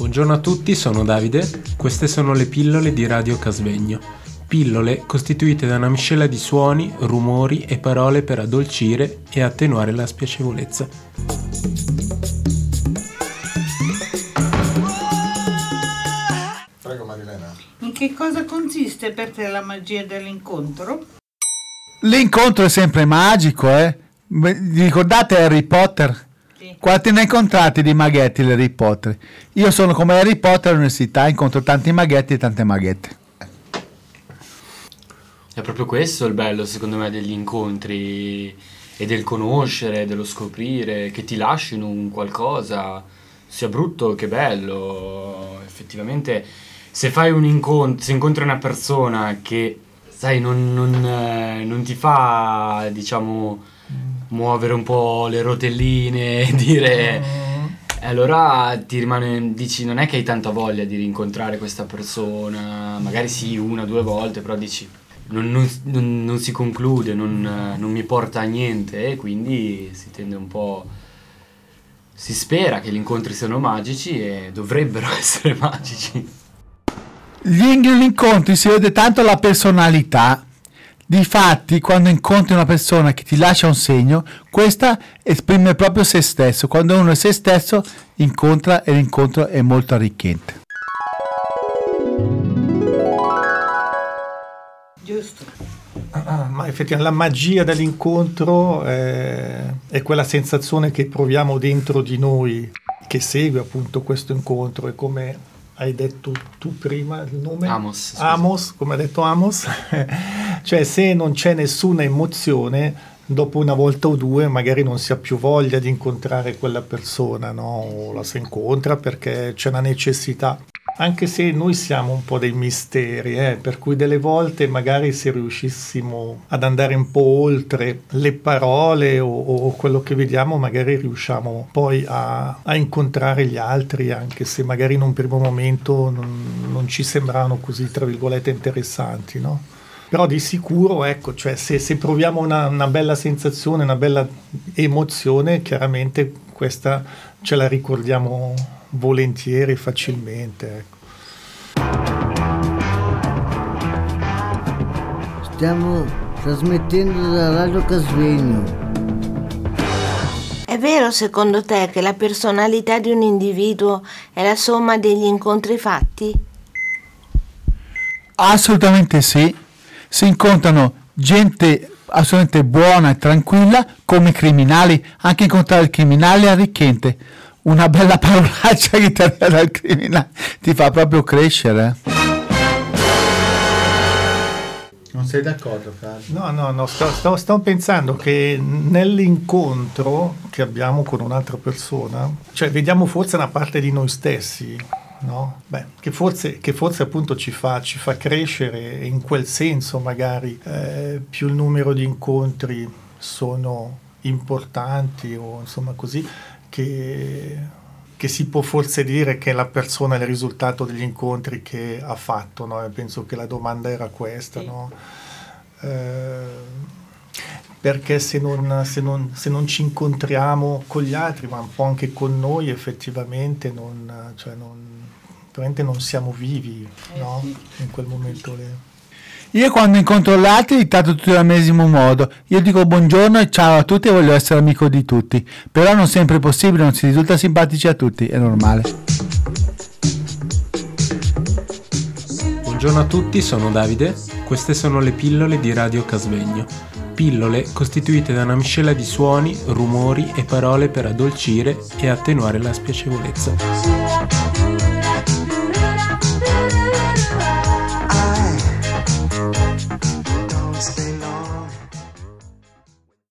Buongiorno a tutti, sono Davide. Queste sono le pillole di Radio Casvegno. Pillole costituite da una miscela di suoni, rumori e parole per addolcire e attenuare la spiacevolezza. Prego Marilena. In che cosa consiste per te la magia dell'incontro? L'incontro è sempre magico, Vi ricordate Harry Potter? Sì. Quanti ne incontrati di maghetti Harry Potter? Io sono come Harry Potter all'università, incontro tanti maghetti e tante maghette. È proprio questo il bello, secondo me, degli incontri e del conoscere, dello scoprire, che ti lasciano un qualcosa, sia brutto che bello. Effettivamente, se fai un incontro, se incontri una persona che, sai, non ti fa, diciamo, muovere un po' le rotelline e dire... allora ti rimane, dici, non è che hai tanta voglia di rincontrare questa persona, magari sì, una o due volte, però dici... Non si conclude, non mi porta a niente, e quindi si tende un po'... Si spera che gli incontri siano magici e dovrebbero essere magici. Negli incontri si vede tanto la personalità. Difatti, quando incontri una persona che ti lascia un segno, questa esprime proprio se stesso. Quando uno è se stesso, incontra, e l'incontro è molto arricchente. Giusto. Ma effettivamente la magia dell'incontro è quella sensazione che proviamo dentro di noi, che segue appunto questo incontro. E come hai detto tu prima, il nome? Amos. Amos, come ha detto Amos. Cioè, se non c'è nessuna emozione, dopo una volta o due magari non si ha più voglia di incontrare quella persona, no? O la si incontra perché c'è una necessità. Anche se noi siamo un po' dei misteri, per cui delle volte magari se riuscissimo ad andare un po' oltre le parole o quello che vediamo, magari riusciamo poi a incontrare gli altri, anche se magari in un primo momento non ci sembrano così, tra virgolette, interessanti, no? Però di sicuro, ecco, cioè se proviamo una bella sensazione, una bella emozione, chiaramente questa ce la ricordiamo volentieri, facilmente, ecco. Stiamo trasmettendo da Radio Casvegno. È vero secondo te che la personalità di un individuo è la somma degli incontri fatti? Assolutamente sì. Si incontrano gente assolutamente buona e tranquilla come criminali. Anche incontrare il criminale è arricchente. Una bella parolaccia che ti arriva dal criminale ti fa proprio crescere. Non sei d'accordo, Fabio? No, stavo pensando che nell'incontro che abbiamo con un'altra persona, cioè vediamo forse una parte di noi stessi, no? Beh, che forse appunto ci fa crescere, e in quel senso magari più il numero di incontri sono importanti, o insomma così, che si può forse dire che la persona è il risultato degli incontri che ha fatto, no? E penso che la domanda era questa, no? Perché se non ci incontriamo con gli altri, ma un po' anche con noi, effettivamente veramente non siamo vivi, no? In quel momento lì. Io quando incontro gli altri li tratto tutti allo medesimo modo. Io dico buongiorno e ciao a tutti e voglio essere amico di tutti. Però non sempre è possibile, non si risulta simpatici a tutti, è normale. Buongiorno a tutti, sono Davide. Queste sono le pillole di Radio Casvegno. Pillole costituite da una miscela di suoni, rumori e parole per addolcire e attenuare la spiacevolezza.